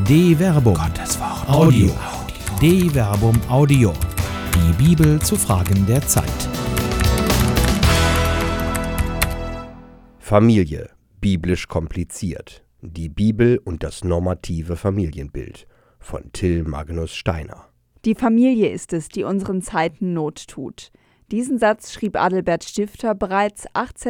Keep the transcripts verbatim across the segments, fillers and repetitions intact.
De Verbum. Gottes Wort. Audio. De Verbum Audio. Die Bibel zu Fragen der Zeit. Familie, biblisch kompliziert. Die Bibel und das normative Familienbild von Till Magnus Steiner. Die Familie ist es, die unseren Zeiten Not tut. Diesen Satz schrieb Adalbert Stifter bereits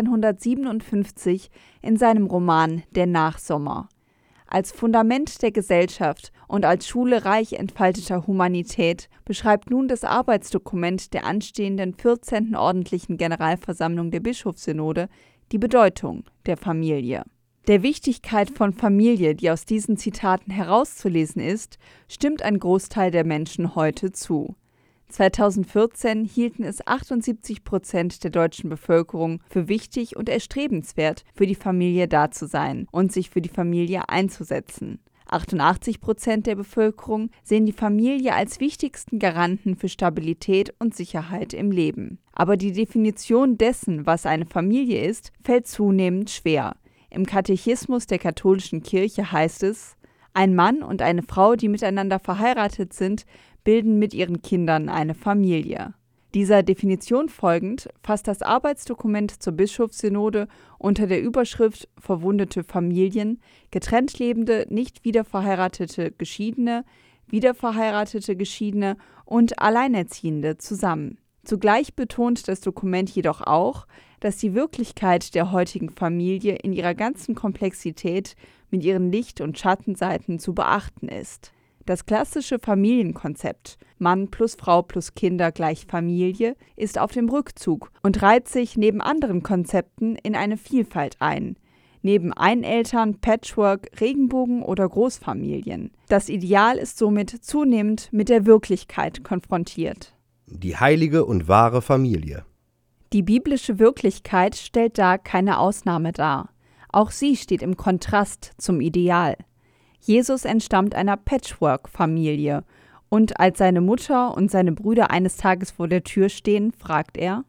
achtzehnhundertsiebenundfünfzig in seinem Roman Der Nachsommer. Als Fundament der Gesellschaft und als Schule reich entfalteter Humanität beschreibt nun das Arbeitsdokument der anstehenden vierzehnten ordentlichen Generalversammlung der Bischofssynode die Bedeutung der Familie. Der Wichtigkeit von Familie, die aus diesen Zitaten herauszulesen ist, stimmt ein Großteil der Menschen heute zu. zweitausendvierzehn hielten es achtundsiebzig Prozent der deutschen Bevölkerung für wichtig und erstrebenswert, für die Familie da zu sein und sich für die Familie einzusetzen. achtundachtzig Prozent der Bevölkerung sehen die Familie als wichtigsten Garanten für Stabilität und Sicherheit im Leben. Aber die Definition dessen, was eine Familie ist, fällt zunehmend schwer. Im Katechismus der katholischen Kirche heißt es: Ein Mann und eine Frau, die miteinander verheiratet sind, bilden mit ihren Kindern eine Familie. Dieser Definition folgend fasst das Arbeitsdokument zur Bischofssynode unter der Überschrift Verwundete Familien getrennt lebende, nicht wiederverheiratete Geschiedene, wiederverheiratete Geschiedene und Alleinerziehende zusammen. Zugleich betont das Dokument jedoch auch, dass die Wirklichkeit der heutigen Familie in ihrer ganzen Komplexität mit ihren Licht- und Schattenseiten zu beachten ist. Das klassische Familienkonzept Mann plus Frau plus Kinder gleich Familie ist auf dem Rückzug und reiht sich neben anderen Konzepten in eine Vielfalt ein. Neben Eineltern, Patchwork, Regenbogen oder Großfamilien. Das Ideal ist somit zunehmend mit der Wirklichkeit konfrontiert. Die heilige und wahre Familie. Die biblische Wirklichkeit stellt da keine Ausnahme dar. Auch sie steht im Kontrast zum Ideal. Jesus entstammt einer Patchwork-Familie und als seine Mutter und seine Brüder eines Tages vor der Tür stehen, fragt er: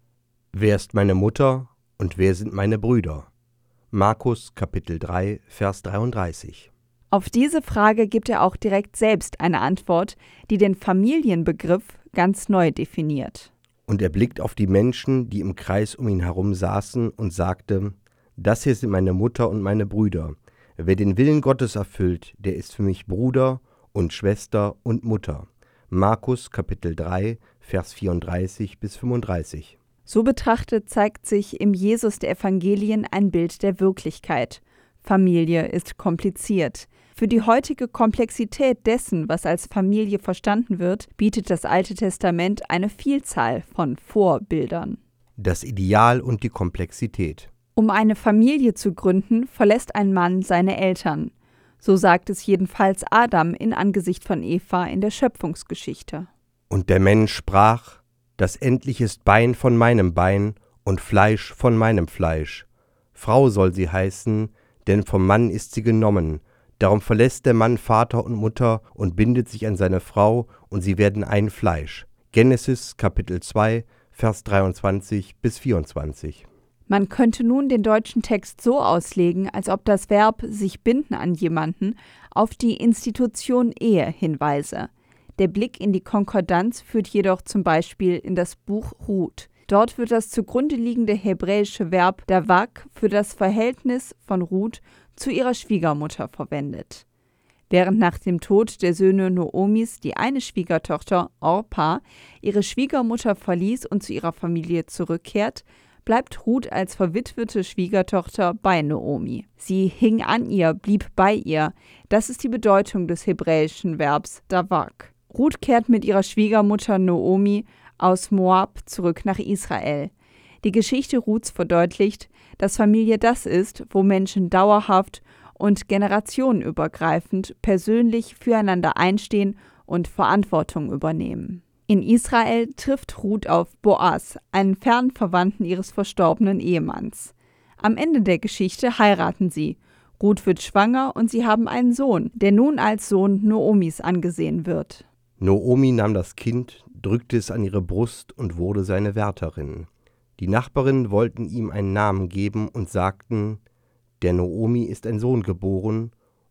Wer ist meine Mutter und wer sind meine Brüder? Markus Kapitel drei, Vers dreiunddreißig. Auf diese Frage gibt er auch direkt selbst eine Antwort, die den Familienbegriff ganz neu definiert. Und er blickt auf die Menschen, die im Kreis um ihn herum saßen, und sagte: Das hier sind meine Mutter und meine Brüder. Wer den Willen Gottes erfüllt, der ist für mich Bruder und Schwester und Mutter. Markus Kapitel drei, Vers vierunddreißig bis fünfunddreißig. So betrachtet zeigt sich im Jesus der Evangelien ein Bild der Wirklichkeit. Familie ist kompliziert. Für die heutige Komplexität dessen, was als Familie verstanden wird, bietet das Alte Testament eine Vielzahl von Vorbildern. Das Ideal und die Komplexität. Um eine Familie zu gründen, verlässt ein Mann seine Eltern. So sagt es jedenfalls Adam in Angesicht von Eva in der Schöpfungsgeschichte. Und der Mensch sprach: Das endlich ist Bein von meinem Bein und Fleisch von meinem Fleisch. Frau soll sie heißen, denn vom Mann ist sie genommen. Darum verlässt der Mann Vater und Mutter und bindet sich an seine Frau, und sie werden ein Fleisch. Genesis Kapitel zwei, Vers dreiundzwanzig bis vierundzwanzig. Man könnte nun den deutschen Text so auslegen, als ob das Verb sich binden an jemanden auf die Institution Ehe hinweise. Der Blick in die Konkordanz führt jedoch zum Beispiel in das Buch Ruth. Dort wird das zugrunde liegende hebräische Verb davak für das Verhältnis von Ruth zu ihrer Schwiegermutter verwendet. Während nach dem Tod der Söhne Noomis die eine Schwiegertochter, Orpa, ihre Schwiegermutter verließ und zu ihrer Familie zurückkehrt, bleibt Ruth als verwitwete Schwiegertochter bei Noomi. Sie hing an ihr, blieb bei ihr. Das ist die Bedeutung des hebräischen Verbs davak. Ruth kehrt mit ihrer Schwiegermutter Noomi aus Moab zurück nach Israel. Die Geschichte Ruths verdeutlicht, dass Familie das ist, wo Menschen dauerhaft und generationenübergreifend persönlich füreinander einstehen und Verantwortung übernehmen. In Israel trifft Ruth auf Boas, einen fernen Verwandten ihres verstorbenen Ehemanns. Am Ende der Geschichte heiraten sie. Ruth wird schwanger und sie haben einen Sohn, der nun als Sohn Noomis angesehen wird. Noomi nahm das Kind, drückte es an ihre Brust und wurde seine Wärterin. Die Nachbarinnen wollten ihm einen Namen geben und sagten: Der Noomi ist ein Sohn geboren,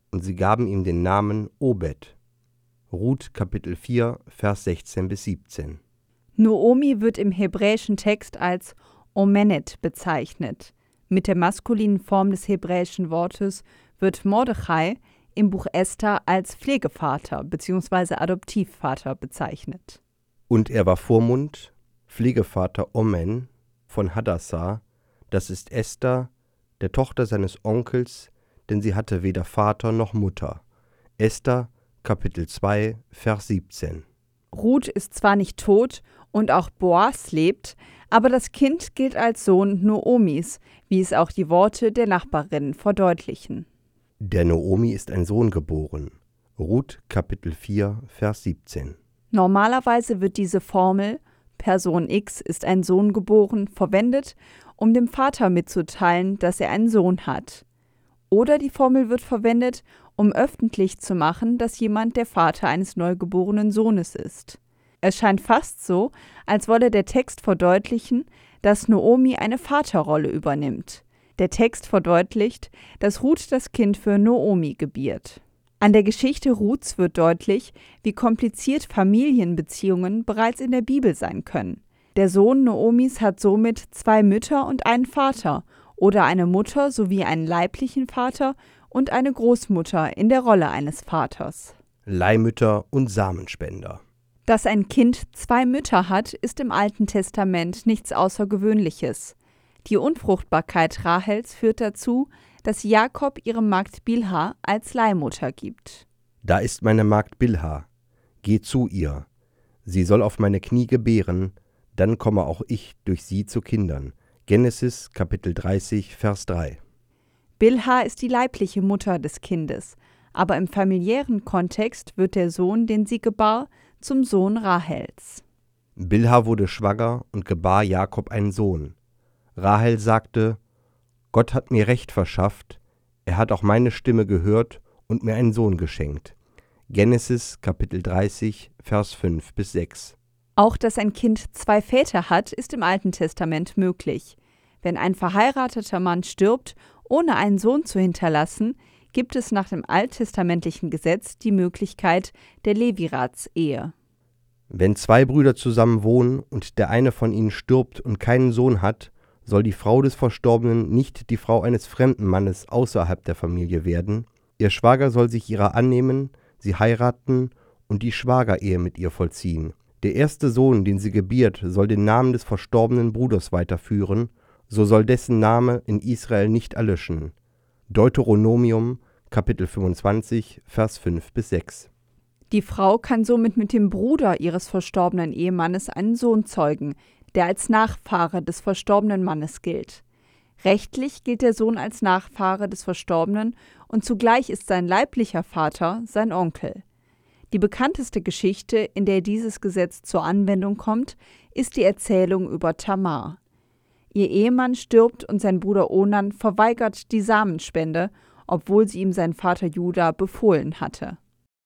und sie gaben ihm den Namen Obed. Ruth Kapitel vier, Vers sechzehn bis siebzehn. Noomi wird im hebräischen Text als Omenet bezeichnet. Mit der maskulinen Form des hebräischen Wortes wird Mordechai im Buch Esther als Pflegevater bzw. Adoptivvater bezeichnet. Und er war Vormund, Pflegevater Omen von Hadassah, das ist Esther, der Tochter seines Onkels, denn sie hatte weder Vater noch Mutter. Esther, Kapitel zwei, Vers siebzehn. Ruth ist zwar nicht tot und auch Boas lebt, aber das Kind gilt als Sohn Noomis, wie es auch die Worte der Nachbarin verdeutlichen. Der Noomi ist ein Sohn geboren. Ruth, Kapitel vier, Vers siebzehn. Normalerweise wird diese Formel Person X ist ein Sohn geboren verwendet, um dem Vater mitzuteilen, dass er einen Sohn hat. Oder die Formel wird verwendet, um öffentlich zu machen, dass jemand der Vater eines neugeborenen Sohnes ist. Es scheint fast so, als wolle der Text verdeutlichen, dass Noomi eine Vaterrolle übernimmt. Der Text verdeutlicht, dass Ruth das Kind für Noomi gebiert. An der Geschichte Ruths wird deutlich, wie kompliziert Familienbeziehungen bereits in der Bibel sein können. Der Sohn Noomis hat somit zwei Mütter und einen Vater oder eine Mutter sowie einen leiblichen Vater und eine Großmutter in der Rolle eines Vaters. Leihmütter und Samenspender. Dass ein Kind zwei Mütter hat, ist im Alten Testament nichts Außergewöhnliches. Die Unfruchtbarkeit Rahels führt dazu, dass Jakob ihre Magd Bilha als Leihmutter gibt. Da ist meine Magd Bilha, geh zu ihr, sie soll auf meine Knie gebären, dann komme auch ich durch sie zu Kindern. Genesis Kapitel dreißig, Vers drei. Bilha ist die leibliche Mutter des Kindes, aber im familiären Kontext wird der Sohn, den sie gebar, zum Sohn Rahels. Bilha wurde schwanger und gebar Jakob einen Sohn. Rahel sagte, Gott hat mir Recht verschafft, er hat auch meine Stimme gehört und mir einen Sohn geschenkt. Genesis Kapitel dreißig, Vers fünf bis sechs. Auch dass ein Kind zwei Väter hat, ist im Alten Testament möglich. Wenn ein verheirateter Mann stirbt, ohne einen Sohn zu hinterlassen, gibt es nach dem alttestamentlichen Gesetz die Möglichkeit der Leviratsehe. Wenn zwei Brüder zusammen wohnen und der eine von ihnen stirbt und keinen Sohn hat, soll die Frau des Verstorbenen nicht die Frau eines fremden Mannes außerhalb der Familie werden. Ihr Schwager soll sich ihrer annehmen, sie heiraten und die Schwagerehe mit ihr vollziehen. Der erste Sohn, den sie gebiert, soll den Namen des verstorbenen Bruders weiterführen, so soll dessen Name in Israel nicht erlöschen. Deuteronomium, Kapitel fünfundzwanzig, Vers fünf bis sechs. Die Frau kann somit mit dem Bruder ihres verstorbenen Ehemannes einen Sohn zeugen, der als Nachfahre des verstorbenen Mannes gilt. Rechtlich gilt der Sohn als Nachfahre des Verstorbenen und zugleich ist sein leiblicher Vater sein Onkel. Die bekannteste Geschichte, in der dieses Gesetz zur Anwendung kommt, ist die Erzählung über Tamar. Ihr Ehemann stirbt und sein Bruder Onan verweigert die Samenspende, obwohl sie ihm sein Vater Juda befohlen hatte.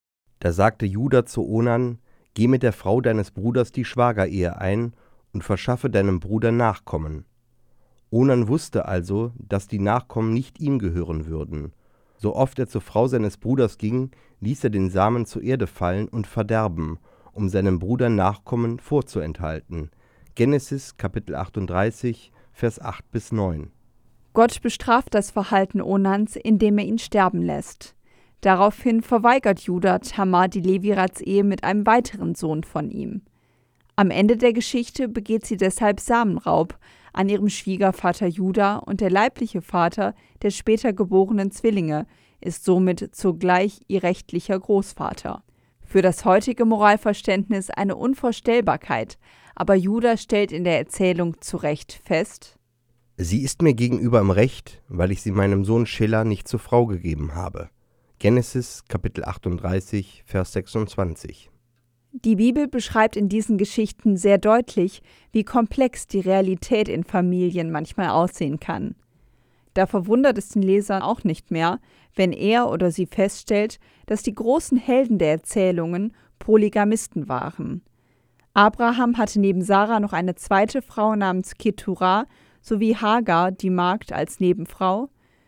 Da sagte Juda zu Onan, geh mit der Frau deines Bruders die Schwagerehe ein und verschaffe deinem Bruder Nachkommen. Onan wusste also, dass die Nachkommen nicht ihm gehören würden. So oft er zur Frau seines Bruders ging, ließ er den Samen zur Erde fallen und verderben, um seinem Bruder Nachkommen vorzuenthalten. Genesis Kapitel achtunddreißig, Vers acht bis neun. Gott bestraft das Verhalten Onans, indem er ihn sterben lässt. Daraufhin verweigert Juda Tamar die Leviratsehe mit einem weiteren Sohn von ihm. Am Ende der Geschichte begeht sie deshalb Samenraub an ihrem Schwiegervater Juda und der leibliche Vater der später geborenen Zwillinge ist somit zugleich ihr rechtlicher Großvater. Für das heutige Moralverständnis eine Unvorstellbarkeit, aber Juda stellt in der Erzählung zu Recht fest: Sie ist mir gegenüber im Recht, weil ich sie meinem Sohn Schela nicht zur Frau gegeben habe. Genesis Kapitel achtunddreißig, Vers sechsundzwanzig. Die Bibel beschreibt in diesen Geschichten sehr deutlich, wie komplex die Realität in Familien manchmal aussehen kann. Da verwundert es den Leser auch nicht mehr, wenn er oder sie feststellt, dass die großen Helden der Erzählungen Polygamisten waren. Abraham hatte neben Sarah noch eine zweite Frau namens Keturah sowie Hagar, die Magd, als Nebenfrau.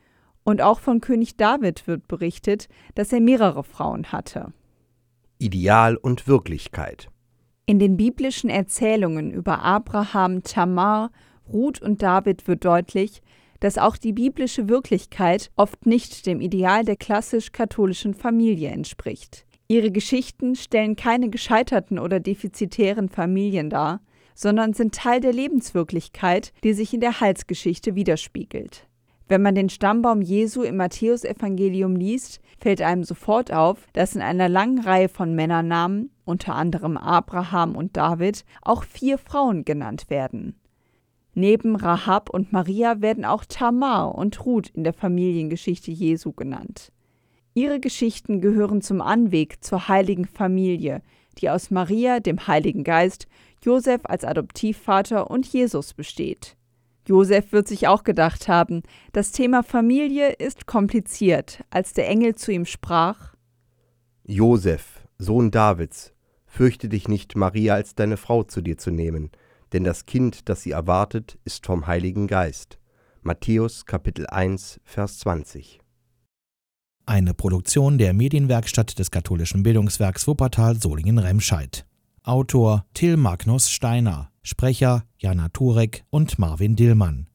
Und auch von König David wird berichtet, dass er mehrere Frauen hatte. Ideal und Wirklichkeit. In den biblischen Erzählungen über Abraham, Tamar, Ruth und David wird deutlich, dass auch die biblische Wirklichkeit oft nicht dem Ideal der klassisch-katholischen Familie entspricht. Ihre Geschichten stellen keine gescheiterten oder defizitären Familien dar, sondern sind Teil der Lebenswirklichkeit, die sich in der Heilsgeschichte widerspiegelt. Wenn man den Stammbaum Jesu im Matthäusevangelium liest, fällt einem sofort auf, dass in einer langen Reihe von Männernamen, unter anderem Abraham und David, auch vier Frauen genannt werden. Neben Rahab und Maria werden auch Tamar und Ruth in der Familiengeschichte Jesu genannt. Ihre Geschichten gehören zum Anweg zur heiligen Familie, die aus Maria, dem Heiligen Geist, Josef als Adoptivvater und Jesus besteht. Josef wird sich auch gedacht haben, das Thema Familie ist kompliziert, als der Engel zu ihm sprach: Josef, Sohn Davids, fürchte dich nicht, Maria als deine Frau zu dir zu nehmen, denn das Kind, das sie erwartet, ist vom Heiligen Geist. Matthäus Kapitel eins, Vers zwanzig. Eine Produktion der Medienwerkstatt des katholischen Bildungswerks Wuppertal Solingen-Remscheid. Autor Till Magnus Steiner, Sprecher Jana Turek und Marvin Dillmann.